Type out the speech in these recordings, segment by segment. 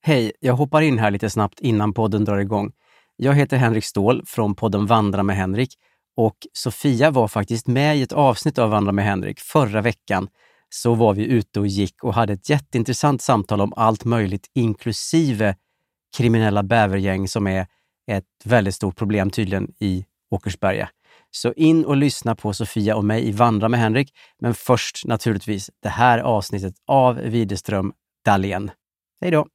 Hej, jag hoppar in här lite snabbt innan podden drar igång. Jag heter Henrik Ståhl från podden Vandra med Henrik och Sofia var faktiskt med i ett avsnitt av Vandra med Henrik förra veckan. Så var vi ute och gick och hade ett jätteintressant samtal om allt möjligt inklusive kriminella bävergäng som är ett väldigt stort problem tydligen i Åkersberga. Så in och lyssna på Sofia och mig i Vandra med Henrik, men först naturligtvis det här avsnittet av Widerström Dahlén. Hej då!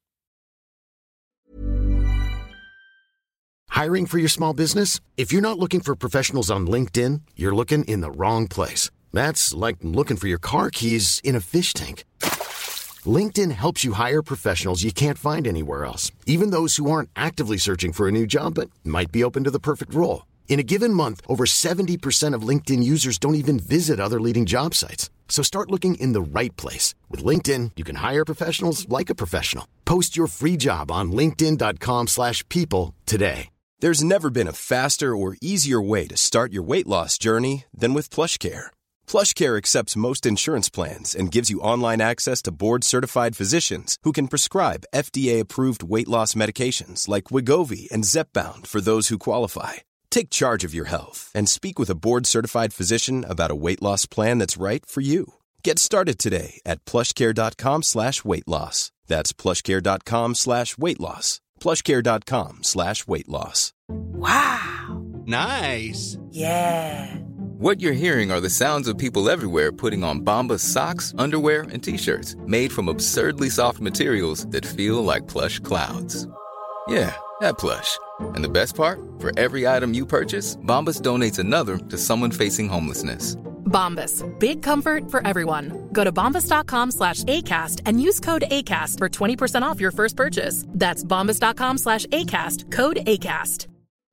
Hiring for your small business? If you're not looking for professionals on LinkedIn, you're looking in the wrong place. That's like looking for your car keys in a fish tank. LinkedIn helps you hire professionals you can't find anywhere else, even those who aren't actively searching for a new job but might be open to the perfect role. In a given month, over 70% of LinkedIn users don't even visit other leading job sites. So start looking in the right place. With LinkedIn, you can hire professionals like a professional. Post your free job on linkedin.com/people today. There's never been a faster or easier way to start your weight loss journey than with PlushCare. PlushCare accepts most insurance plans and gives you online access to board-certified physicians who can prescribe FDA-approved weight loss medications like Wegovy and Zepbound for those who qualify. Take charge of your health and speak with a board-certified physician about a weight loss plan that's right for you. Get started today at plushcare.com/weightloss. That's plushcare.com/weightloss. plushcare.com/weightloss. Wow! Nice! Yeah! What you're hearing are the sounds of people everywhere putting on Bombas socks, underwear, and T-shirts made from absurdly soft materials that feel like plush clouds. Yeah, that plush. And the best part? For every item you purchase, Bombas donates another to someone facing homelessness. Bombas, big comfort for everyone. Go to bombas.com/ACAST and use code ACAST for 20% off your first purchase. That's bombas.com/ACAST, code ACAST.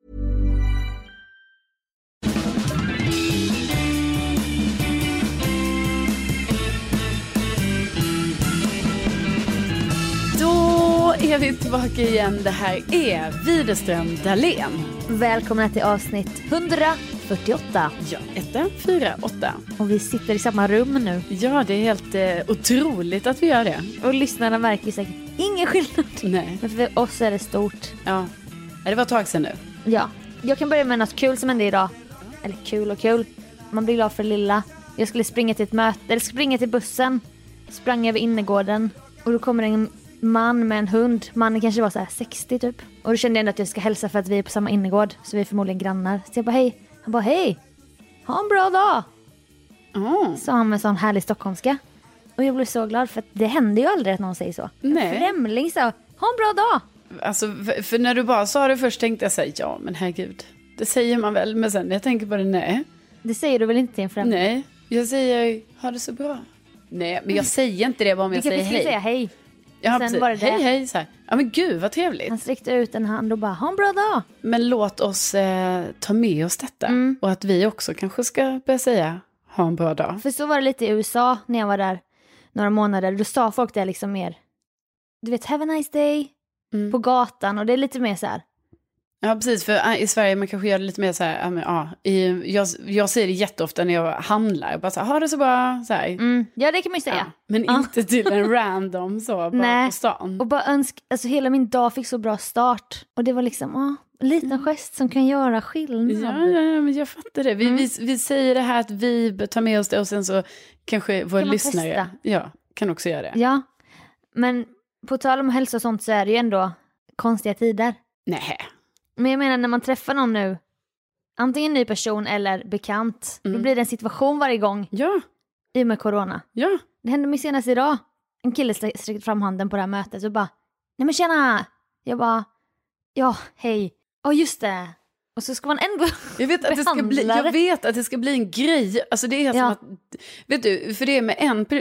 Då är vi tillbaka igen. Det här är Widerström Dahlén. Välkomna till avsnitt 148. Ja, 148. Och vi sitter i samma rum nu. Ja, det är helt otroligt att vi gör det. Och lyssnarna märker säkert ingen skillnad. Nej. Men för oss är det stort. Ja, det var ett tag sedan nu. Ja, jag kan börja med något kul som hände idag. Eller kul och kul. Man blir glad för lilla. Jag skulle springa till ett möte, eller springa till bussen. Sprang över innergården. Och då kommer en man med en hund. Mannen kanske var så här 60 typ. Och då kände jag ändå att jag ska hälsa för att vi är på samma innergård. Så vi är förmodligen grannar. Så jag bara hej. Han bara hej. Ha en bra dag. Sa han med sån härlig stockholmska. Och jag blev så glad för att det händer ju aldrig att någon säger så. Nej. Främling sa ha en bra dag. Alltså, för när du bara sa det först tänkte jag säga ja, men herregud. Det säger man väl, men sen jag tänker på det, nej. Det säger du väl inte till en främling? Nej, jag säger ha det så bra. Nej, men jag säger inte det bara om jag säger hej. Säga hej. Ja, sen var det hej så här. Ja, men gud vad trevligt. Han sträckte ut en hand och bara ha en bra dag. Men låt oss ta med oss detta. Och att vi också kanske ska börja säga ha en bra dag. För så var det lite i USA när jag var där några månader. Då sa folk det liksom mer, du vet, have a nice day på gatan. Och det är lite mer så här. Ja, precis. För i Sverige man kanske gör det lite mer så här. Jag säger det jätteofta när jag handlar. Jag bara så här, ha det så bra. Så här. Ja, det kan man ju säga. Ja, men inte till en random så bara nej. På stan. Och bara alltså hela min dag fick så bra start. Och det var liksom, en liten gest som kan göra skillnad. Ja, men jag fattar det. Vi säger det här att vi tar med oss det och sen så kanske våra lyssnare kan också göra det. Ja, men på tal om hälsa och sånt så är det ju ändå konstiga tider. Nej. Men jag menar när man träffar någon nu, antingen ny person eller bekant, då blir det en situation varje gång. Ja. I och med corona. Ja. Det hände mig senast idag. En kille sträckte fram handen på det här mötet och bara, nej men tjena! Jag bara, ja, hej. Just det. Och så ska man ändå jag vet att det ska bli en grej. Alltså det är som att, vet du, för det är med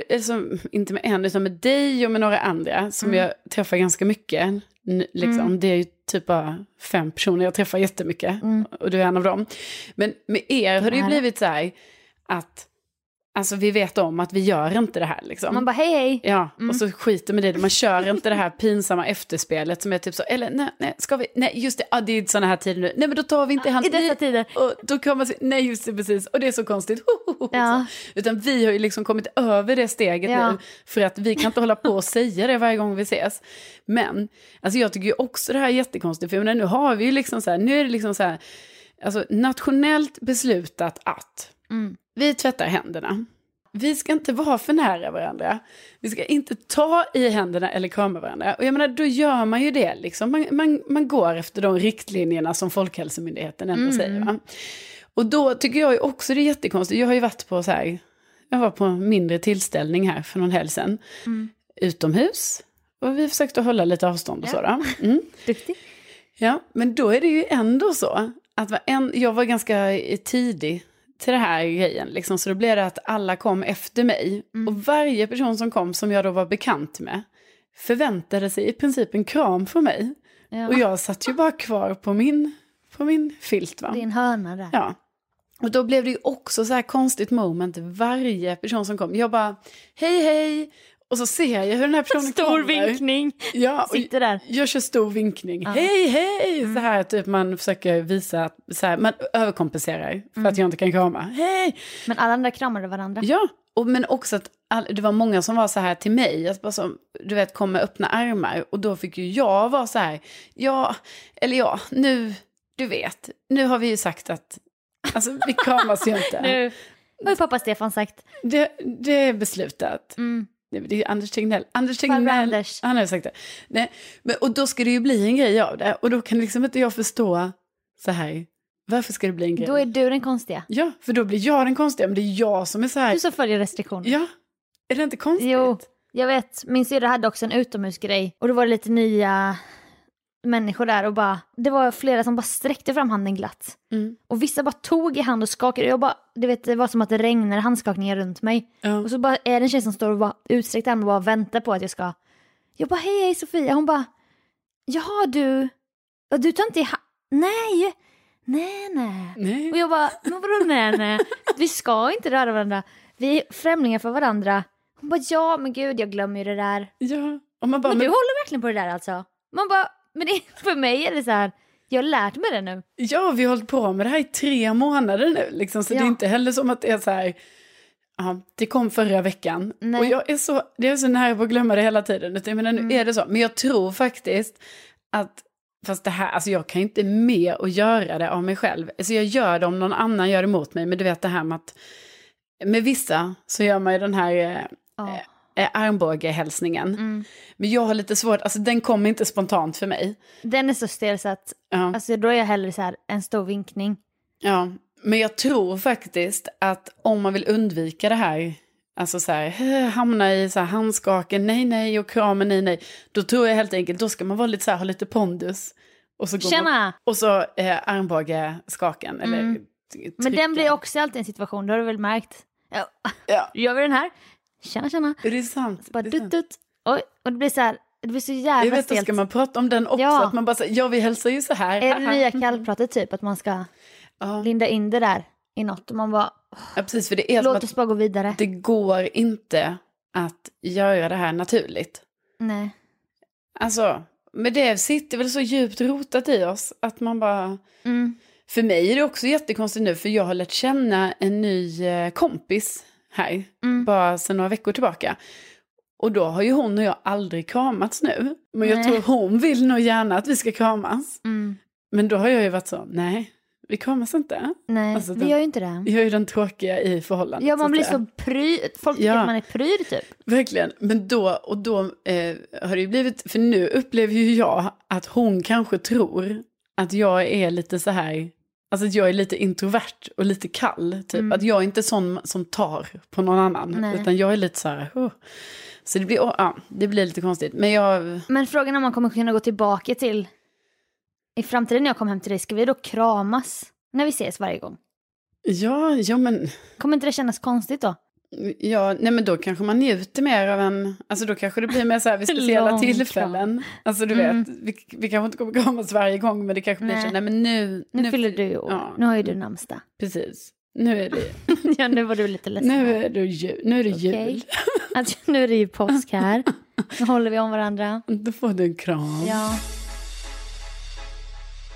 inte med en, utan med dig och med några andra som jag träffar ganska mycket. Liksom. Det är ju typ bara 5 personer jag träffar jättemycket. Och du är en av dem. Men med er har det ju blivit så här att alltså vi vet om att vi gör inte det här liksom. Man bara hej. Ja, och så skiter med det. Man kör inte det här pinsamma efterspelet som är typ så, eller nej, ska vi, nej just det, det är såna här tider nu. Nej men då tar vi inte hand. I dessa tider. Och då kommer man säga, nej just det, precis. Och det är så konstigt. Ja. Utan vi har ju liksom kommit över det steget nu. För att vi kan inte hålla på och säga det varje gång vi ses. Men alltså jag tycker ju också det här är jättekonstigt. För nu har vi ju liksom så här, nu är det liksom så här, alltså nationellt beslutat att vi tvättar händerna. Vi ska inte vara för nära varandra. Vi ska inte ta i händerna eller krama varandra. Och jag menar, då gör man ju det liksom. Man går efter de riktlinjerna som Folkhälsomyndigheten ändå säger. Va? Och då tycker jag ju också det är jättekonstigt. Jag har ju varit på så här, jag var på en mindre tillställning här för någon helg sedan. Utomhus. Och vi försökte hålla lite avstånd och så då. Duktig. Ja, men då är det ju ändå så att jag var ganska tidig till det här grejen. Liksom, så då blev det att alla kom efter mig. Och varje person som kom som jag då var bekant med förväntade sig i princip en kram från mig. Ja. Och jag satt ju bara kvar på min filt. Va? Din hörna där. Ja. Och då blev det ju också så här konstigt moment. Varje person som kom. Jag bara, hej. Och så ser jag hur den här personen stor kommer. Vinkning. Ja, sitter där. Jag kör stor vinkning. Hej. Så här typ man försöker visa att så här, man överkompenserar för att jag inte kan krama. Hej. Men alla andra kramade varandra. Ja, men också att det var många som var så här till mig. Att bara som, du vet, kom med öppna armar. Och då fick ju jag vara så här. Nu, du vet. Nu har vi ju sagt att alltså, vi kramas ju inte. Nu har ju pappa Stefan sagt. Det är beslutat. Det är Anders Tegnell. Han har sagt det. Nej, och då ska det ju bli en grej av det. Och då kan liksom inte jag förstå så här. Varför ska det bli en grej? Då är du den konstiga. Ja, för då blir jag den konstiga. Men det är jag som är så här. Du som följer restriktioner. Ja, är det inte konstigt? Jo, jag vet. Min syrra hade också en utomhusgrej. Och då var det lite nya människor där. Och bara, det var flera som bara sträckte fram handen glatt. Och vissa bara tog i hand och skakade. Jag bara, du vet, det var som att det regnade handskakningar runt mig. Och så bara är det en tjej som står och bara utsträckt arm och bara väntar på att jag ska. Jag bara, hej Sofia. Hon bara, jaha du tar inte i Nej. Och jag bara, men vadå nej. Vi ska inte röra varandra. Vi är främlingar för varandra. Hon bara, ja men gud jag glömmer ju det där. Ja. Och man bara, men du håller verkligen på det där alltså. Man bara, men för mig är det så här. Jag har lärt mig det nu. Ja, vi har hållit på med det här i 3 månader nu. Liksom, så det är inte heller som att det är så här. Ja, det kom förra veckan. Nej. Och jag är så nära på att glömma det hela tiden. Jag menar, nu är det så. Men jag tror faktiskt att, fast det här, alltså jag kan inte med att göra det av mig själv. Alltså jag gör det om någon annan gör det mot mig. Men du vet det här med att med vissa så gör man ju den här armbågehälsningen. Men jag har lite svårt, alltså den kommer inte spontant för mig. Den är så stel så att alltså då är jag hellre så här en stor vinkning. Ja, men jag tror faktiskt att om man vill undvika det här, alltså så här, hamna i så här handskaken, nej och kramen, nej. Då tror jag helt enkelt, då ska man vara lite så här, ha lite pondus. Och så och så armbågeskaken eller trycka. Men den blir också alltid en situation, då har du väl märkt. Ja. Gör vi den här? Tjena. Är det sant? Bara dutt. Oj, och det blir så här, det blir så jävla jag vet, stelt. Ska man prata om den också? Att man bara säger, vi hälsar ju så här. Är det nya kallpratet typ, att man ska linda in det där i något. Och man bara, precis, för det är låt oss bara gå vidare. Det går inte att göra det här naturligt. Nej. Alltså, men det sitter väl så djupt rotat i oss att man bara... För mig är det också jättekonstigt nu, för jag har lärt känna en ny kompis här, bara sedan några veckor tillbaka. Och då har ju hon och jag aldrig kramats nu. Men jag tror hon vill nog gärna att vi ska kramas. Men då har jag ju varit så, nej, vi kramas inte. Nej, alltså vi gör ju inte det. Jag är ju den tråkiga i förhållandet. Ja, man blir så pryd. Folk tycker att man är pryd typ. Verkligen, men då har det ju blivit, för nu upplever ju jag att hon kanske tror att jag är lite så här, alltså att jag är lite introvert och lite kall typ. Att jag är inte sån som tar på någon annan. Utan jag är lite så här, Så det blir lite konstigt. Men frågan är om man kommer kunna gå tillbaka till i framtiden när jag kommer hem till dig. Ska vi då kramas när vi ses varje gång? Ja men... Kommer inte det kännas konstigt då? Ja, nej men då kanske man njuter mer av en... Alltså då kanske det blir mer så här vid speciella tillfällen. Alltså du vet, vi kanske inte kommer kramas varje gång, men det kanske blir så, nej men nu fyller du ju år. Nu har ju du namnsdag. Precis. Nu är det... Ja, nu var du lite ledsen. Nu är det jul. Alltså, nu är det ju påsk här. Nu håller vi om varandra. Då får du en kram. Ja.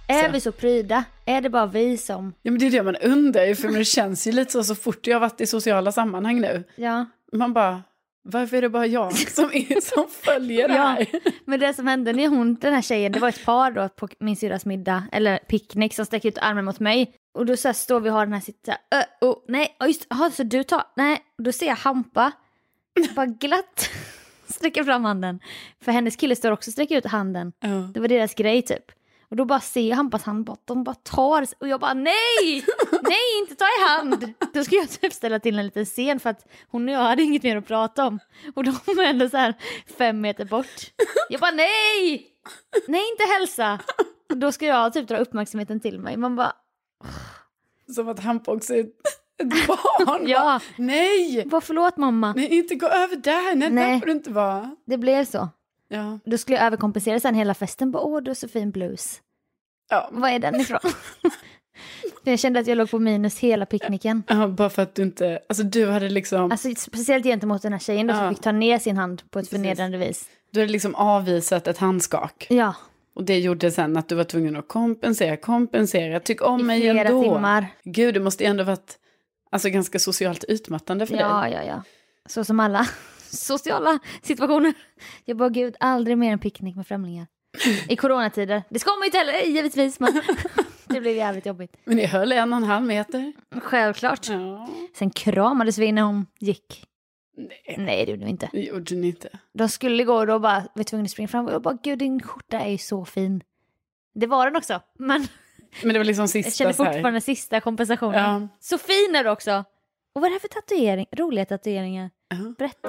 Är vi så pryda? Är det bara vi som... Ja, men det är det man undrar ju, för det känns ju lite så fort jag har varit i sociala sammanhang nu. Ja. Man bara, varför är det bara jag som följer det här? Ja, men det som hände när den här tjejen, det var ett par då på min syrras middag, eller picknick, som sträcker ut armen mot mig. Och då så här står vi och har den här sitta, nej, just, så du tar, nej, då ser jag Hampa, bara glatt sträcker fram handen. För hennes kille står också och sträcker ut handen. Det var deras grej typ. Och då bara ser jag Hampas hand, de bara tar, och jag bara nej, inte ta i hand. Då ska jag typ ställa till en liten scen för att hon och jag hade inget mer att prata om. Och de var ändå så här 5 meter bort. Jag bara nej, inte hälsa. Och då ska jag typ dra uppmärksamheten till mig. Man bara... Som att Hampa också är ett barn. Ja. Bara, nej. Bara förlåt mamma. Nej, inte gå över där. Nej, där får du inte vara. Det blev så. Ja. Då skulle jag överkompensera sen hela festen. Bara, du är så fin blues. Ja. Vad är den ifrån? Jag kände att jag låg på minus hela picknicken. Ja, bara för att du inte... Alltså du hade liksom... Alltså speciellt gentemot den här tjejen då, som fick ta ner sin hand på ett förnedrande vis. Du hade liksom avvisat ett handskak. Ja. Och det gjorde sen att du var tvungen att kompensera. Tyck om mig ändå. I flera timmar. Gud, det måste ändå varit alltså, ganska socialt utmattande för dig. Ja. Så som alla sociala situationer. Jag bara, gud, aldrig mer en picknick med främlingar. I coronatider. Det ska man ju inte heller, givetvis. Men det blev jävligt jobbigt. Men ni höll 1,5 meter. Självklart. Ja. Sen kramades vi när hon gick. Nej, det gjorde vi inte. Det gjorde ni inte. De skulle gå och då bara var tvungna att springa fram. Och jag bara, gud, din skjorta är ju så fin. Det var den också. Men det var liksom sista. Jag kände fortfarande sista kompensationen. Ja. Så fin är du också. Och vad är det för tatuering? Roliga tatueringar. Berätta.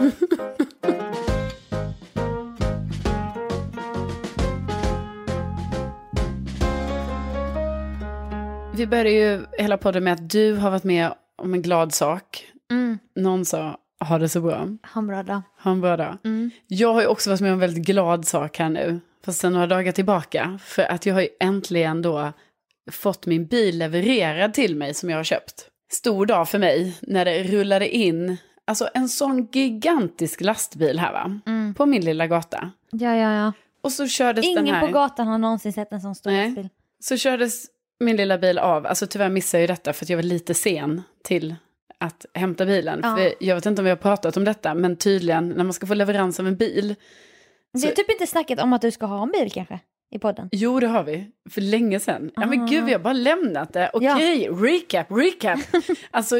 Vi började ju hela podden med att du har varit med om en glad sak. Någon sa, ha det så bra. Ha en bra dag. Jag har ju också varit med om en väldigt glad sak här nu. Fast sen några dagar tillbaka. För att jag har ju äntligen då fått min bil levererad till mig som jag har köpt. Stor dag för mig när det rullade in. Alltså en sån gigantisk lastbil här va? På min lilla gata. Ja. Och så kördes Ingen den här. På gatan har någonsin sett en sån stor lastbil. Så kördes min lilla bil av. Alltså tyvärr missade jag ju detta för att jag var lite sen till att hämta bilen. Ja. För jag vet inte om vi har pratat om detta. Men tydligen när man ska få leverans av en bil. Det är typ inte snacket om att du ska ha en bil kanske i podden. Jo, det har vi. För länge sedan. Ja men gud, vi har bara lämnat det. Okej, recap. Alltså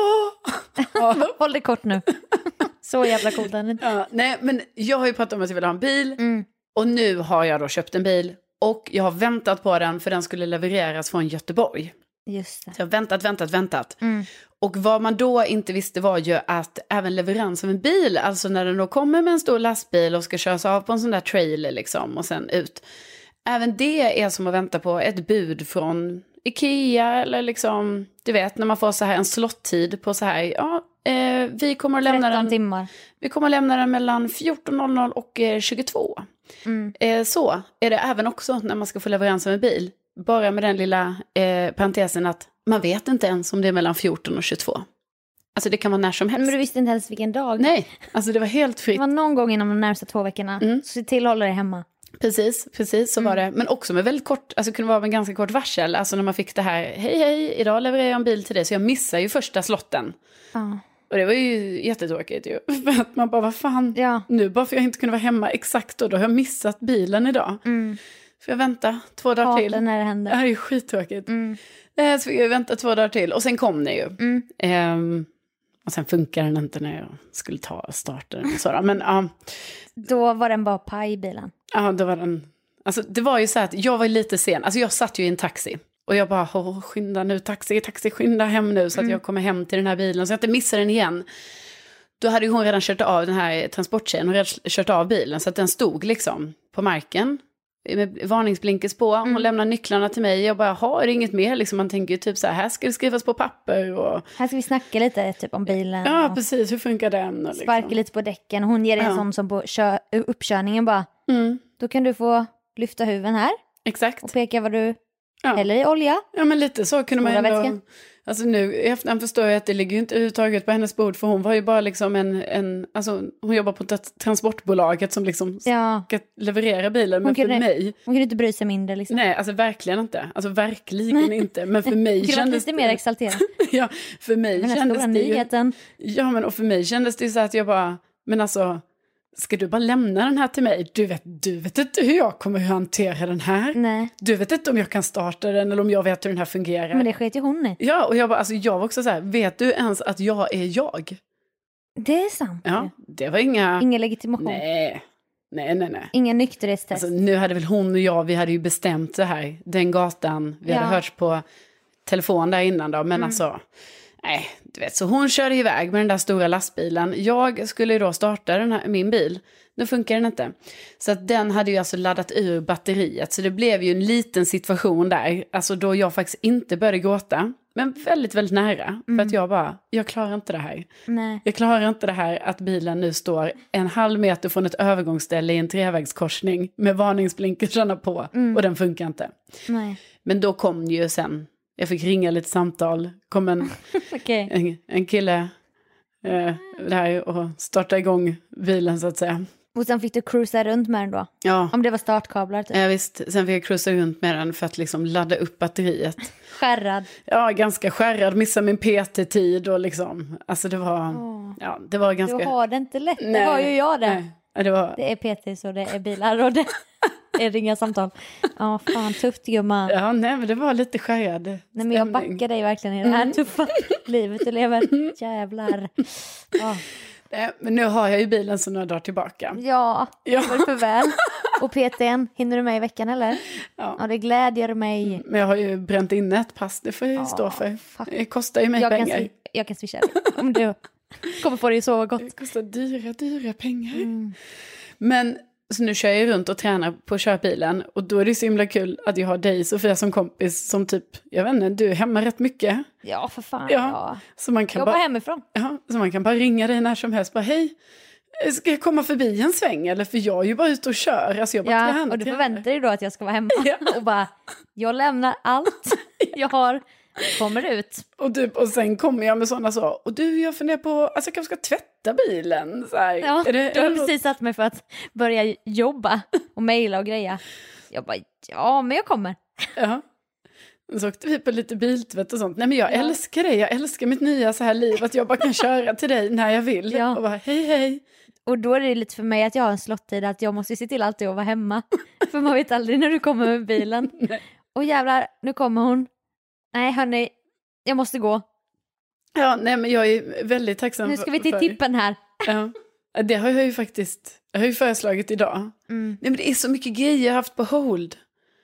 Håll det kort nu. Så jävla coolt. Nej, men jag har ju pratat om att jag vill ha en bil. Och nu har jag då köpt en bil. Och jag har väntat på den för den skulle levereras från Göteborg. Just det. Så jag har väntat. Och vad man då inte visste var ju att även leverans av en bil, alltså när den då kommer med en stor lastbil och ska köras av på en sån där trailer liksom och sen ut. Även det är som att vänta på ett bud från Ikea eller liksom, du vet, när man får så här en slottid på så här, vi kommer att lämna 13 timmar. Vi kommer att lämna den mellan 14.00 och 22. Så är det även också när man ska få leverans av en bil. Bara med den lilla parentesen att man vet inte ens om det är mellan 14 och 22. Alltså det kan vara när som helst. Men du visste inte ens vilken dag. Nej, alltså det var helt fritt. Det var någon gång inom de närmsta 2 veckorna. Så se till att hålla dig hemma. Precis så var det. Men också med väldigt kort, alltså kunde vara med ganska kort varsel. Alltså när man fick det här, hej, idag levererar jag en bil till dig. Så jag missar ju första slotten. Och det var ju jättetråkigt ju. För att man bara, vad fan, nu bara för jag inte kunde vara hemma exakt då har jag missat bilen idag. För jag vänta 2 dagar till. När det händer. Det här är ju skittråkigt. Så fick jag vänta 2 dagar till. Och sen kom det ju. Och sen funkar den inte när jag skulle ta starten. Men då var den bara paj i bilen. Ja, då var den. Alltså det var ju så att jag var lite sen. Alltså jag satt ju i en taxi. Och jag bara, skynda nu, taxi, skynda hem nu. Så att jag kommer hem till den här bilen. Så jag inte missar den igen. Då hade ju hon redan kört av den här transporttjejen. Hon hade kört av bilen. Så att den stod liksom på marken. Med varningsblinkers på. Hon lämnar nycklarna till mig. Jag bara, har inget mer. Liksom, man tänker ju typ så här ska det skrivas på papper. Och här ska vi snacka lite typ om bilen. Ja, precis. Hur funkar den? Och sparka lite på däcken. Hon ger en sån som på uppkörningen bara. Då kan du få lyfta huven här. Exakt. Och peka vad du häller i olja. Ja, men lite så kunde man ändå Alltså nu i efterhand förstår jag att det ligger ju inte överhuvudtaget på hennes bord. För hon var ju bara liksom alltså hon jobbar på transportbolaget som liksom ska leverera bilen. Men för mig... Hon kunde inte bry sig mindre liksom. Nej, alltså verkligen inte. Alltså verkligen inte. Men för mig kändes det... mer exalterad. Ja, för mig kändes det nyheten. ju... Ja, men och för mig kändes det så att jag bara... Men alltså... Ska du bara lämna den här till mig? Du vet inte hur jag kommer att hantera den här. Nej. Du vet inte om jag kan starta den eller om jag vet hur den här fungerar. Men det sket ju hon i. Ja, och jag var också så här, vet du ens att jag är jag? Det är sant. Ja, det var ingen legitimation. Nej. Ingen nykterhetstest. Alltså, nu hade väl hon och jag, vi hade ju bestämt det här. Den gatan, vi hade hört på telefon där innan då, men alltså... Nej, du vet, så hon körde iväg med den där stora lastbilen. Jag skulle ju då starta min bil. Nu funkar den inte. Så att den hade ju alltså laddat ur batteriet. Så det blev ju en liten situation där. Alltså då jag faktiskt inte började gråta. Men väldigt, väldigt nära. För att jag klarar inte det här. Nej. Jag klarar inte det här att bilen nu står 1,5 meter från ett övergångsställe i en trevägskorsning. Med varningsblinkersarna på. Och den funkar inte. Nej. Men då kom ju sen... Jag fick ringa lite samtal. Kom en kille där och starta igång bilen så att säga. Och sen fick du cruisa runt med den då? Ja. Om det var startkablar typ? Ja visst, sen fick jag cruisa runt med den för att liksom ladda upp batteriet. Skärrad? Ja, ganska skärrad. Missade min PT-tid och liksom, alltså det var, det var ganska... Du har det inte lätt, det var ju jag det. Nej. Ja, det är PT så det är bilar och det är inga samtal. Ja, fan tufft gumman. Ja, nej men det var lite skärrad. Nej men jag backar dig verkligen i det här tuffa livet du lever. Jävlar. Ja. Men nu har jag ju bilen så några dagar tillbaka. Ja, det var för väl. Och PT:n, hinner du med i veckan eller? Ja, det glädjer mig. Men jag har ju bränt in ett pass, det får jag stå för. Fuck. Det kostar ju mig pengar. Jag kan swisha dig om du kommer få det så gott. Det kostar dyra pengar. Men så nu kör jag runt och tränar på att köra bilen. Och då är det så himla kul att jag har dig Sofia som kompis som typ, jag vet inte, du är hemma rätt mycket. Ja, för fan. Ja. Så man kan jobba hemifrån. Ja, så man kan bara ringa dig när som helst. Bara, hej, ska jag komma förbi en sväng? Eller för jag är ju bara ute och kör. Alltså jag bara tränar. Och du förväntar dig då att jag ska vara hemma. Och bara, jag lämnar allt jag har. Kommer ut. Och sen kommer jag med sådana så. Och du, jag funderar på, alltså jag kanske ska tvätta bilen. Så här. Ja, du har precis satt mig för att börja jobba och mejla och greja. Jag bara, ja men jag kommer. Ja. Så åkte vi på lite biltvätt och sånt. Nej men jag älskar det, jag älskar mitt nya så här liv. Att jag bara kan köra till dig när jag vill. Ja. Och bara, hej. Och då är det lite för mig att jag har en slottid att jag måste se till alltid att vara hemma. För man vet aldrig när du kommer med bilen. Och jävlar, nu kommer hon. Nej hörni, jag måste gå. Ja, nej men jag är väldigt tacksam. Nu ska vi till tippen här. Ja, det har jag ju faktiskt. Jag har ju föreslagit idag. Nej men det är så mycket grejer jag har haft på hold.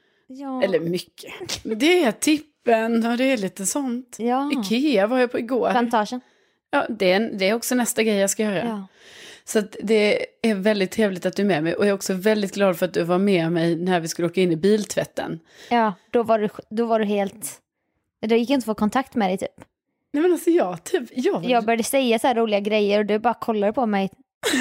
Ja. Eller mycket. Det är tippen och det är lite sånt. Ja. Ikea var jag på igår. Plantagen. Ja, det är också nästa grej jag ska göra. Ja. Så att det är väldigt trevligt att du är med mig. Och jag är också väldigt glad för att du var med mig när vi skulle åka in i biltvätten. Ja, då var du helt... Det gick inte att få kontakt med dig typ. Nej men alltså jag började säga så här roliga grejer och du bara kollade på mig.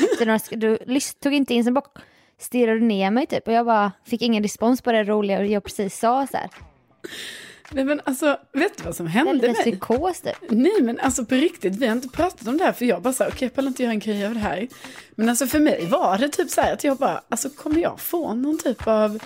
Du tog inte in, sen bara stirrade ner mig typ. Och jag bara fick ingen respons på det roliga och jag precis sa så här. Nej men alltså, vet du vad som hände mig? Det är lite psykos typ. Nej men alltså på riktigt, vi har inte pratat om det här. För jag bara sa, okej, jag pallar inte göra en grej av det här. Men alltså för mig var det typ så här att jag bara, alltså kommer jag få någon typ av...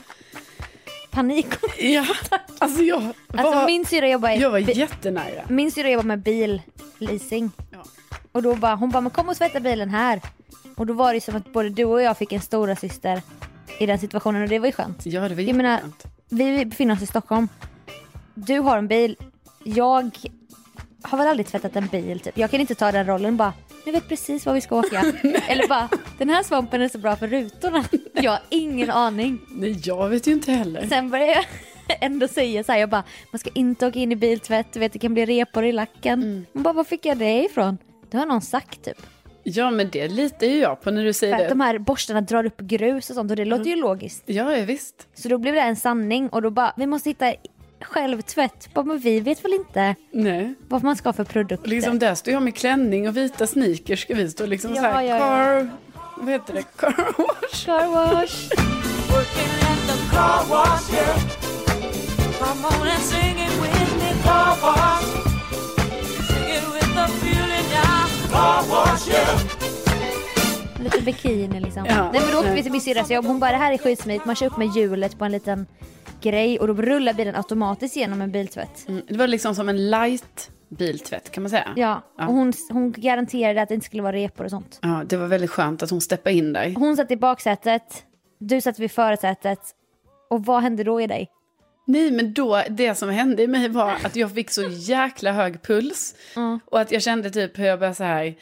panik. Ja, alltså min syra jag var jättenära. Min syra jobbar med billeasing. Ja. Och då bara, hon bara, men kom och tvätta bilen här. Och då var det som att både du och jag fick en stora syster i den situationen och det var ju skönt. Ja, det var ju skönt. Vi befinner oss i Stockholm. Du har en bil. Jag har väl aldrig tvättat en bil typ. Jag kan inte ta den rollen bara, nu vet precis vad vi ska åka. Eller bara, den här svampen är så bra för rutorna. Jag har ingen aning. Nej, jag vet ju inte heller. Sen började jag ändå säga så här, jag bara, man ska inte åka in i biltvätt, du vet det kan bli repor i lacken. Men bara, var fick jag det ifrån? Det har någon sagt typ. Ja, men det litar ju jag på när du säger för det. De här borstarna drar upp grus och sånt och det låter ju logiskt. Ja, visst. Så då blev det en sanning och då bara, vi måste hitta självtvätt. Men vi vet väl inte vad man ska ha för produkter. Liksom där står jag med klänning och vita sneakers ska vi stå liksom så här vad heter det? Car wash. Car wash. Working at the car wash, yeah. Come on and sing it with me, car wash. bikini liksom. Ja. Nej, men då åkte vi till min syrras jobb. Hon bara, det här är skitsmidigt. Man kör upp med hjulet på en liten grej och då rullar bilen automatiskt genom en biltvätt. Det var liksom som en light biltvätt kan man säga. Ja, och hon garanterade att det inte skulle vara repor och sånt. Ja, det var väldigt skönt att hon steppade in där. Hon satt i baksätet, du satt vid förarsätet. Och vad hände då i dig? Nej, men då, det som hände i mig var att jag fick så jäkla hög puls. Och att jag kände typ hur jag började så här,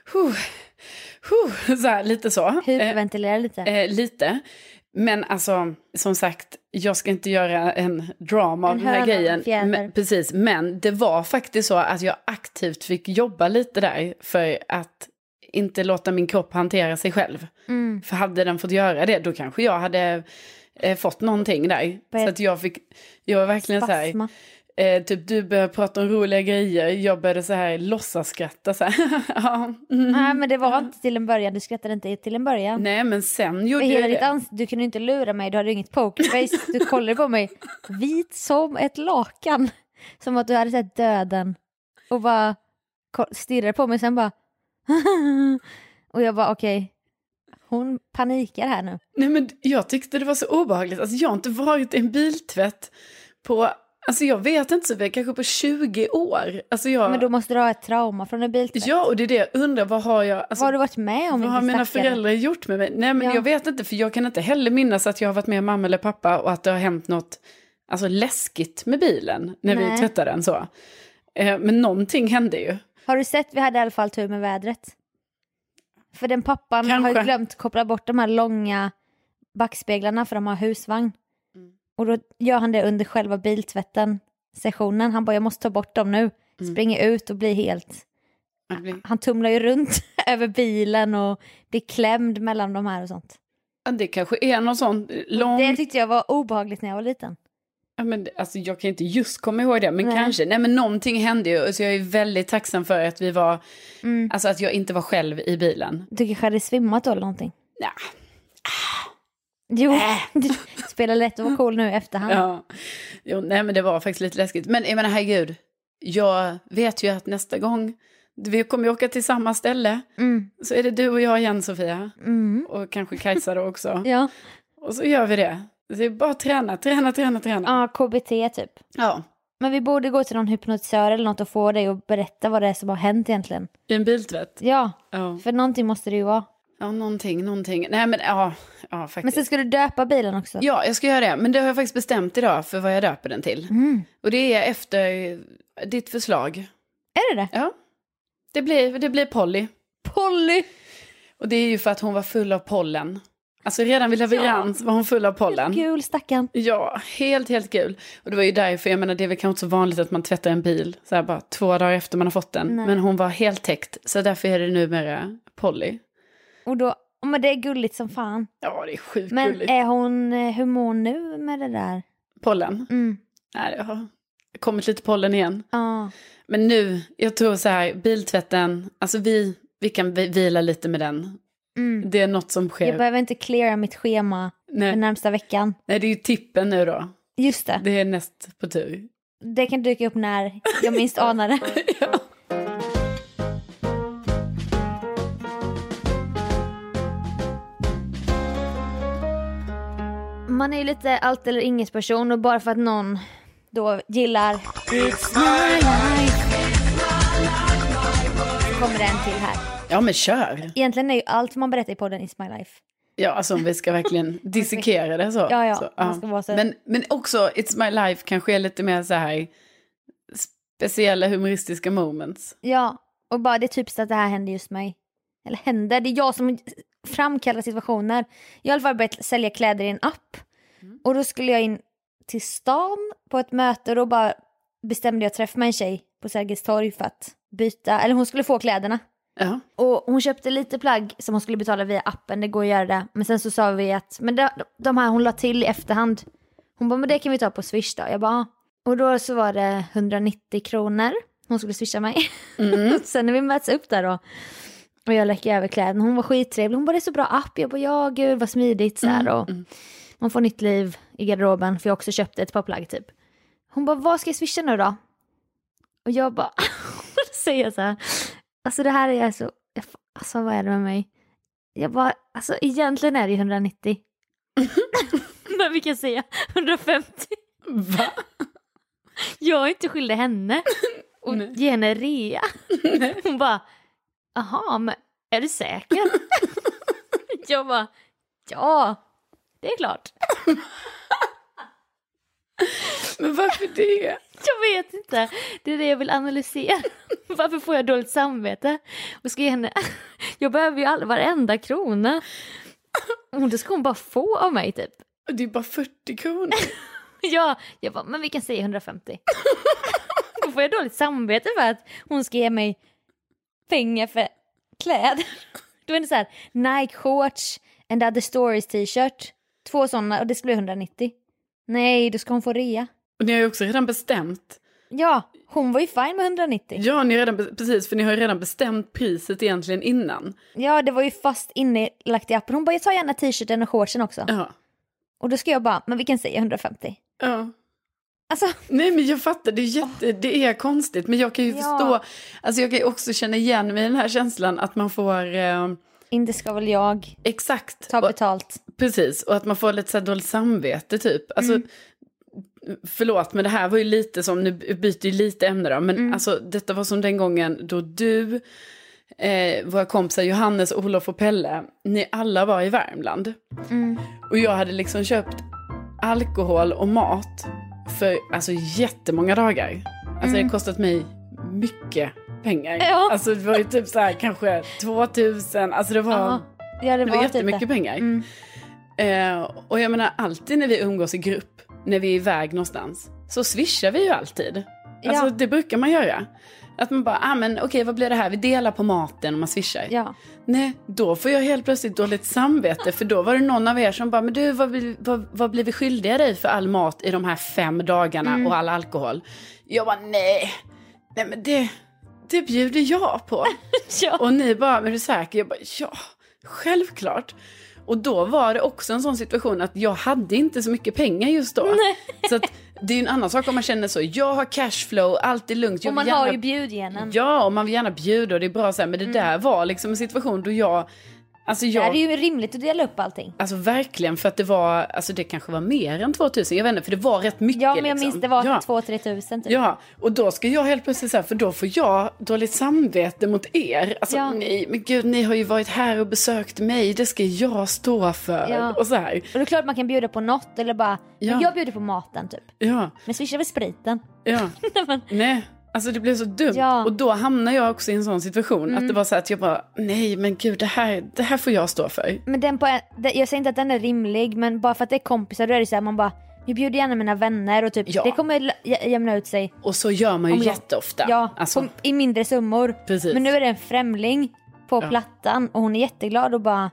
så här lite så. Hyperventilera lite. Lite. Men alltså, som sagt, jag ska inte göra en drama av den här grejen. Men, precis, men det var faktiskt så att jag aktivt fick jobba lite där för att inte låta min kropp hantera sig själv. För hade den fått göra det, då kanske jag hade fått någonting där. Så att jag var verkligen spasma. Så här, typ du började prata om roliga grejer, jag började så här låtsasskratta så här. Nej, men det var inte till en början, du skrattade inte till en början. Nej, men sen gjorde jag det. Du kunde inte lura mig, du hade inget pokerface. Du kollade på mig vit som ett lakan. Som att du hade sett döden. Och bara stirrade på mig, sen bara och jag bara okej. Hon panikar här nu. Nej, men jag tyckte det var så obehagligt. Alltså jag har inte varit i en biltvätt på, alltså jag vet inte så, kanske på 20 år. Alltså Men då måste du ha ett trauma från en biltvätt. Ja, och det är det jag undrar, vad har jag... Alltså, vad har du varit med om? Vad har mina föräldrar gjort med mig? Nej, men jag vet inte, för jag kan inte heller minnas att jag har varit med mamma eller pappa och att det har hänt något alltså, läskigt med bilen när vi tvättade den så. Men någonting hände ju. Har du sett, vi hade i alla fall tur med vädret. För den pappan har ju glömt koppla bort de här långa backspeglarna för de har husvagn. Och då gör han det under själva biltvätten sessionen. Han bara, jag måste ta bort dem nu. Springer ut och blir helt... Han tumlar ju runt över bilen och blir klämd mellan de här och sånt. Ja, det kanske är någon sån lång... Det tyckte jag var obehagligt när jag var liten. Ja, men alltså, jag kan inte just komma ihåg det, men kanske. Nej, men någonting hände ju. Så jag är väldigt tacksam för att vi var... Alltså att jag inte var själv i bilen. Du kanske hade svimmat då eller någonting? Ja. Jo, du spelar lätt och var cool nu i efterhand. Ja. Jo, nej, men det var faktiskt lite läskigt. Men jag menar, herregud, jag vet ju att nästa gång vi kommer ju åka till samma ställe. Så är det du och jag igen, Sofia. Och kanske Kajsa då också. Ja. Och så gör vi det. Det är bara träna. Ja, KBT typ. Ja. Men vi borde gå till någon hypnotisör eller något och få dig och berätta vad det är som har hänt egentligen. I en biltvätt? Ja, för någonting måste det ju vara. Ja, någonting. Nej, men ja, faktiskt. Men sen ska du döpa bilen också. Ja, jag ska göra det. Men det har jag faktiskt bestämt idag för vad jag döper den till. Och det är efter ditt förslag. Är det det? Ja. Det blir Polly. Polly! Och det är ju för att hon var full av pollen. Alltså redan vid leverans var hon full av pollen. Gul stackarn. Ja, helt gul. Och det var ju därför, jag menar, det är väl kanske inte så vanligt att man tvättar en bil så här bara 2 dagar efter man har fått den. Nej. Men hon var helt täckt, så därför är det numera Polly. Och då, men det är gulligt som fan. Ja, det är sjukt men gulligt. Men är hon, hur mår hon nu med det där? Pollen? Nej, det har kommit lite pollen igen. Ja. Men nu, jag tror så här, biltvätten, alltså vi kan vila lite med den. Det är något som sker. Jag behöver inte cleara mitt schema den närmsta veckan. Nej, det är ju tippen nu då. Just det. Det är näst på tur. Det kan dyka upp när jag minst anar det. Ja. Man är ju lite allt eller inget person och bara för att någon då gillar It's my life kommer den till här. Ja, men kör. Egentligen är ju allt man berättar i podden It's my life. Ja, alltså om vi ska verkligen dissekera det så. Ja, så, man ska vara så. Men också It's my life kanske är lite mer så här speciella humoristiska moments. Ja, och bara det är typiskt att det här händer just mig. Eller händer, det är jag som framkallar situationer. Jag har i alla fall börjat sälja kläder i en app. Och då skulle jag in till stan på ett möte och då bara bestämde jag att träffa med en tjej på Sergels torg för att byta, eller hon skulle få kläderna. Ja. Och hon köpte lite plagg som hon skulle betala via appen, det går att göra det. Men sen så sa vi att, men de här hon la till i efterhand. Hon bara, men det kan vi ta på Swish då. Jag bara, och då så var det 190 kronor hon skulle swisha mig. Sen när vi möts upp där då och jag läcker över kläderna, hon var skittrevlig. Hon bara, det är så bra app. Jag bara, ja gud vad smidigt så här. Och man får nytt liv i garderoben, för jag också köpte ett par plagg typ. Hon bara, vad ska jag swisha nu då? Och jag bara, säger jag så här, alltså det här är så, alltså vad är det med mig? Jag bara, alltså egentligen är det 190. Men vi kan säga 150. Va? Jag är inte skyldig henne. Och ge henne rea. Hon bara, aha, men är du säker? Jag bara, ja, det är klart. Men varför det? Jag vet inte. Det är det jag vill analysera. Varför får jag dåligt samvete? Och ska ge henne, jag behöver ju varenda krona. Och det ska hon bara få av mig typ. Det är bara 40 kronor. Ja, jag bara, men vi kan säga 150. Då får jag dåligt samvete för att hon ska ge mig pengar för kläder. Då är det så här, Nike shorts and other stories t-shirt. 2 sådana och det skulle bli 190. Nej, då ska hon få rea. Och ni har ju också redan bestämt. Ja, hon var ju fine med 190. Ja, ni har redan, precis, för ni har ju redan bestämt priset egentligen innan. Ja, det var ju fast inlagt i appen. Hon bara, jag tar gärna t-shirten och shortsen också. Ja. Och då ska jag bara, men vi kan säga 150. Ja. Alltså. Nej, men jag fattar, det är konstigt. Men jag kan ju förstå, alltså jag kan ju också känna igen mig i den här känslan att man får... Inte ska väl jag. Exakt. Ta betalt. Precis, och att man får lite så här dåligt samvete typ. Alltså, förlåt, men det här var ju lite som, nu byter ju lite ämne då. Men alltså, detta var som den gången då du, våra kompisar Johannes, Olof och Pelle, ni alla var i Värmland. Och jag hade liksom köpt alkohol och mat för alltså jättemånga dagar. Alltså det kostat mig mycket pengar. Ja. Alltså det var ju typ så här kanske 2000, alltså det var, ja, det var jättemycket typ pengar. Och jag menar, alltid när vi umgås i grupp, när vi är iväg någonstans, så swishar vi ju alltid. Alltså det brukar man göra. Att man bara, men okej, vad blir det här? Vi delar på maten och man swishar. Ja. Nej, då får jag helt plötsligt dåligt samvete. För då var det någon av er som bara, men du, vad blir vi skyldiga dig för all mat i de här 5 dagarna och all alkohol? Jag bara, nej men det bjuder jag på. Ja. Och ni bara, men är du säker? Jag bara, ja, självklart. Och då var det också en sån situation att jag hade inte så mycket pengar just då. Nej. Så att det är en annan sak om man känner så. Jag har cashflow, allt är lugnt. Och man har ju bjudgenen. Ja, och man vill gärna bjuda och det är bra så här. Men det där var liksom en situation då jag... Alltså det är ju rimligt att dela upp allting. Alltså verkligen, för att det var... Alltså det kanske var mer än 2000, jag vet inte, för det var rätt mycket. Ja, men jag liksom. minns det var 2-3 tusen typ. Ja, och då ska jag helt plötsligt så här, för då får jag dåligt samvete mot er. Alltså nej, men gud, ni har ju varit här och besökt mig, det ska jag stå för. Ja. Och så här. Och det är klart man kan bjuda på något eller bara, men jag bjuder på maten typ. Ja. Men swishar väl spriten. Ja, nej. Alltså det blev så dumt. Ja. Och då hamnar jag också i en sån situation. Att det var så att jag bara, nej men gud, det här får jag stå för. Men jag säger inte att den är rimlig. Men bara för att det är kompisar, då är det så här, man bara, jag bjuder gärna mina vänner. Och typ, det kommer jämna ut sig. Och så gör man ju jätteofta. Ja, alltså. i mindre summor. Precis. Men nu är det en främling på plattan. Och hon är jätteglad och bara,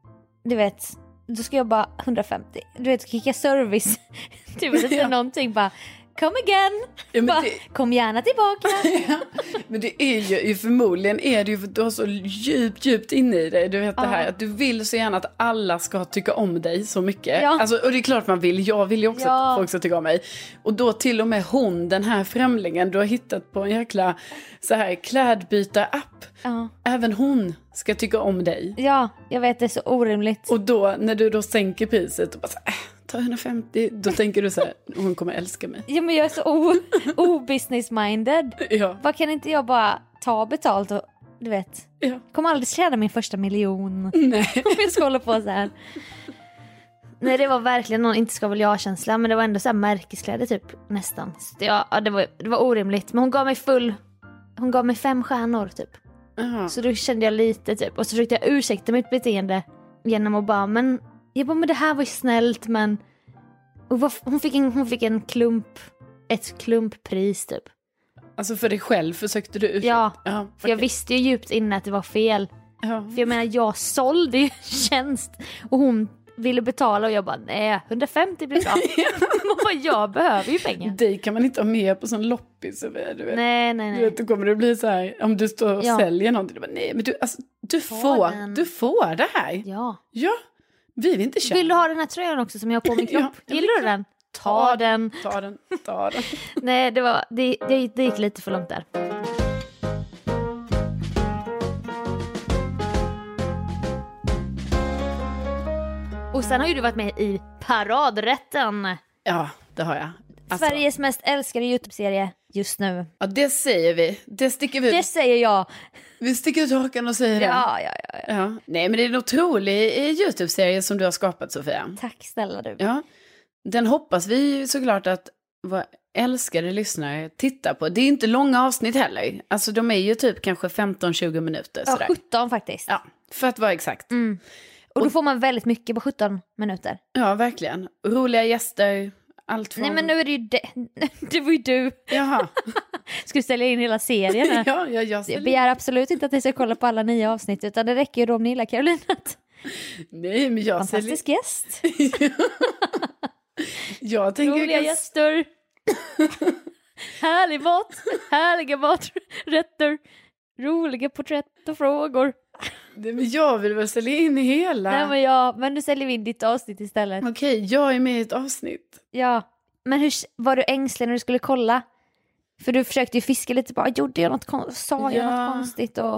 du vet, då ska jag bara 150. Du vet, kicka service. Du vet inte någonting, bara... Come again! Ja, bara, kom gärna tillbaka! Ja, men det är ju förmodligen är det ju för att du har så djupt inne i dig. Du vet det här att du vill så gärna att alla ska tycka om dig så mycket. Ja. Alltså, och det är klart man vill. Jag vill ju också att folk ska tycka om mig. Och då till och med hon, den här främlingen, du har hittat på en jäkla så här klädbyta-app. Ja. Även hon ska tycka om dig. Ja, jag vet, det är så orimligt. Och då, när du då sänker priset och bara så här, ta 150, då tänker du så här, hon kommer älska mig. Ja, men jag är så business-minded. Ja. Vad kan inte jag bara ta betalt och, du vet, kommer aldrig tjäna min första miljon. Nej. Om jag ska hålla på så här. Nej, det var verkligen någon inte ska väl jag-känsla, men det var ändå så här märkeskläder typ, nästan. Så det var orimligt, men hon gav mig 5 stjärnor typ. Så då kände jag lite typ, och så försökte jag ursäkta mitt beteende genom att bara, men det här var ju snällt, men och hon fick ett klumppris typ. Alltså för dig själv försökte du ursäkta? Ja, för jag visste ju djupt inne att det var fel. För jag menar, jag sålde ju tjänst och hon ville betala och jag bara, nej, 150 blir bra. Jag behöver ju pengar. Dig kan man inte ha med på sån loppis. Du vet. Nej. Du vet, då kommer det bli så här, om du står och säljer någonting. Du bara, nej, men du får det här. Ja. Vi vill inte köpa. Vill du ha den här tröjan också som jag har på min kropp? Gillar du den? Ta den. Nej, det gick lite för långt där. Och sen har ju du varit med i Paradrätten. Ja, det har jag. Alltså, Sveriges mest älskade YouTube-serie just nu. ja, det säger vi. Det sticker vi ut. Det säger jag. Vi sticker ut hakan och säger det. Ja. Nej, men det är en otrolig YouTube-serie som du har skapat, Sofia. Tack snälla du. Ja, den hoppas vi såklart att våra älskade lyssnare tittar på. Det är inte långa avsnitt heller. Alltså de är ju typ kanske 15-20 minuter. Ja, sådär. 17 faktiskt. Ja, för att vara exakt. Och då får man väldigt mycket på 17 minuter. Ja, verkligen. Roliga gäster, allt från... Nej, men nu är det ju det var ju du. Jaha. Ska du ställa in hela serien här? Ja, jag Jag begär absolut inte att ni ska kolla på alla 9 avsnitt, utan det räcker ju då om ni gillar Carolina. Nej, men jag... Fantastisk gäst. Jag tänker... Roliga gäster. Härlig mat. Härliga maträtter. Roliga porträtt och frågor. Nej, men jag vill väl ställa in hela... Nej, men du säljer in ditt avsnitt istället. Okej, jag är med i ett avsnitt. Ja, men var du ängslig när du skulle kolla? För du försökte ju fiska lite, bara gjorde jag något, sa jag något konstigt och...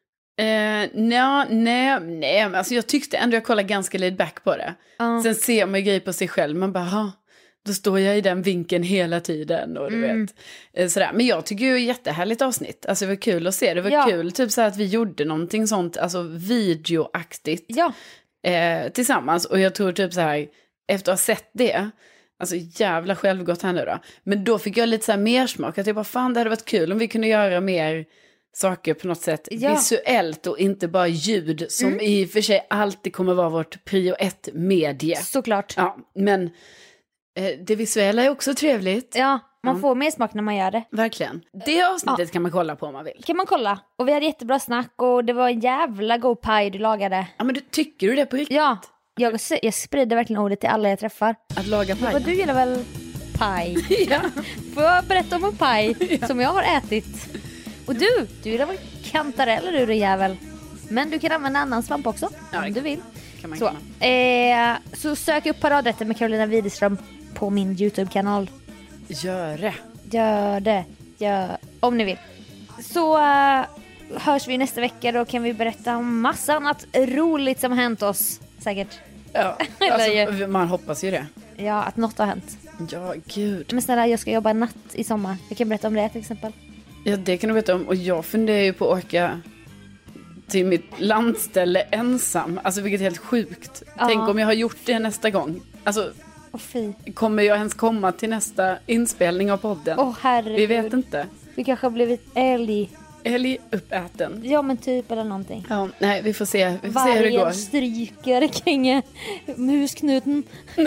Nej, alltså jag tyckte ändå jag kollade ganska laid back på det. Sen ser man ju grejer på sig själv, man bara, då står jag i den vinkeln hela tiden och du vet. Sådär. Men jag tycker ju det är ett jättehärligt avsnitt. Alltså det var kul att se, det var kul typ så här att vi gjorde någonting sånt, alltså videoaktigt tillsammans. Och jag tror typ så här, efter att ha sett det, alltså jävla självgott här nu då. Men då fick jag lite så här mer smak, att jag bara, fan det hade varit kul om vi kunde göra mer saker på något sätt visuellt och inte bara ljud som i och för sig alltid kommer vara vårt prio 1-medie. Såklart. Ja, men det visuella är också trevligt. Ja, man får mer smak när man gör det. Verkligen. Det avsnittet kan man kolla på om man vill. Kan man kolla. Och vi hade jättebra snack och det var en jävla god paj du lagade. Ja, men tycker du det på riktigt? Ja, jag sprider verkligen ordet till alla jag träffar. Att laga paj? Ja, du gillar väl paj? Ja. Får jag berätta om en paj som jag har ätit? Och du gillar väl kantareller du jävel. Men du kan använda annan svamp också, om du vill. Kan man, så. Så sök upp Paradrätten med Carolina Widerström på min YouTube-kanal. Gör det. Om ni vill. Så hörs vi nästa vecka. Då kan vi berätta om massa annat roligt som har hänt oss. Säkert. Ja, alltså, man hoppas ju det. Ja, att något har hänt. Ja, gud. Men snälla, jag ska jobba natt i sommar. Jag kan berätta om det till exempel. Ja, det kan du berätta om. Och jag funderar ju på att åka till mitt landställe ensam. Alltså vilket är helt sjukt. Tänk om jag har gjort det nästa gång. Alltså, kommer jag ens komma till nästa inspelning av podden? Herregud. Vi vet inte. Vi kanske har blivit älguppäten. Ja, men typ eller någonting. Ja, nej, vi får se. Vi får se hur det går. Vargen stryker kring musknuten.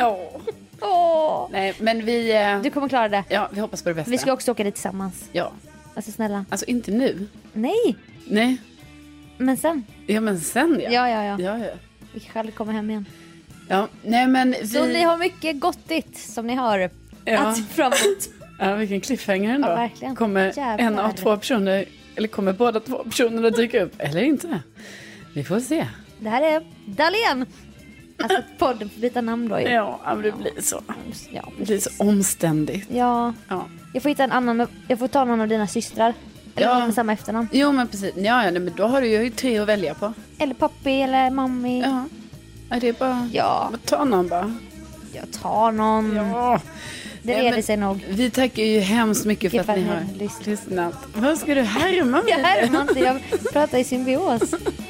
Nej, men du kommer klara det. Ja, vi hoppas på det bästa. Vi ska också åka dit tillsammans. Ja. Alltså snälla. Alltså inte nu. Nej. Men sen. Ja, men sen ja. Ja. Vi kanske aldrig kommer hem igen. Ja, nej men Så ni har mycket gottigt som ni har att se fram emot. Ja, vilken cliffhanger ändå. Ja, verkligen. Kommer en av 2 personer, eller kommer båda 2 personer att dyka upp, eller inte? Vi får se. Det här är Dahlén. Alltså podden får byta namn då ju. Ja, men det blir så. Ja, det blir så omständigt. Ja. Jag får hitta en annan, jag får ta någon av dina systrar. Eller någon med samma efternamn. Jo, men precis. Ja, men då har du ju 3 att välja på. Eller pappi eller mammi. Ja, det är bara... Ja. Ta någon bara. Jag tar någon. Ja. Det reder sig nog. Vi tackar ju hemskt mycket för att ni har lyssnat. Vad ska du härma med? Jag härmar inte, jag pratar i symbios.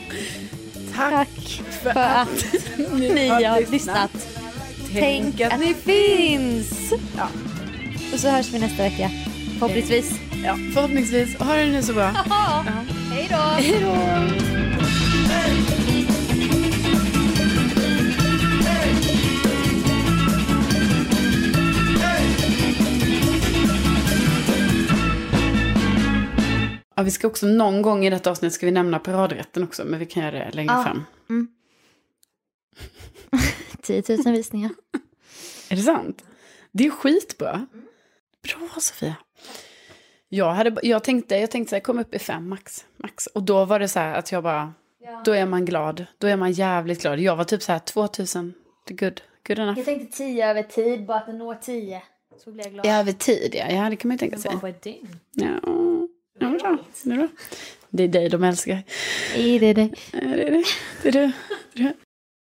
Tack för att ni har lyssnat. Tänk att ni finns. Ja. Och så hörs vi nästa vecka. Förhoppningsvis. Ja, förhoppningsvis. Ha det nu så bra. Ja. Hej då. Hej då. Ja, vi ska också någon gång i detta avsnitt ska vi nämna Paradrätten också, men vi kan göra det längre fram. 10 000 visningar. Är det sant? Det är skitbra. Bra, Sofia. Jag tänkte så här, kom upp i 5 max. Och då var det så här att jag bara, då är man glad. Då är man jävligt glad. Jag var typ så här 2000, good enough. Jag tänkte 10 över tid, bara att det når 10. Så blir jag glad. Ja, över tid, ja det kan man ju tänka sig. Bara på ett dygn. Ja, bra. Det är dig de älskar. Det är dig. Det är du.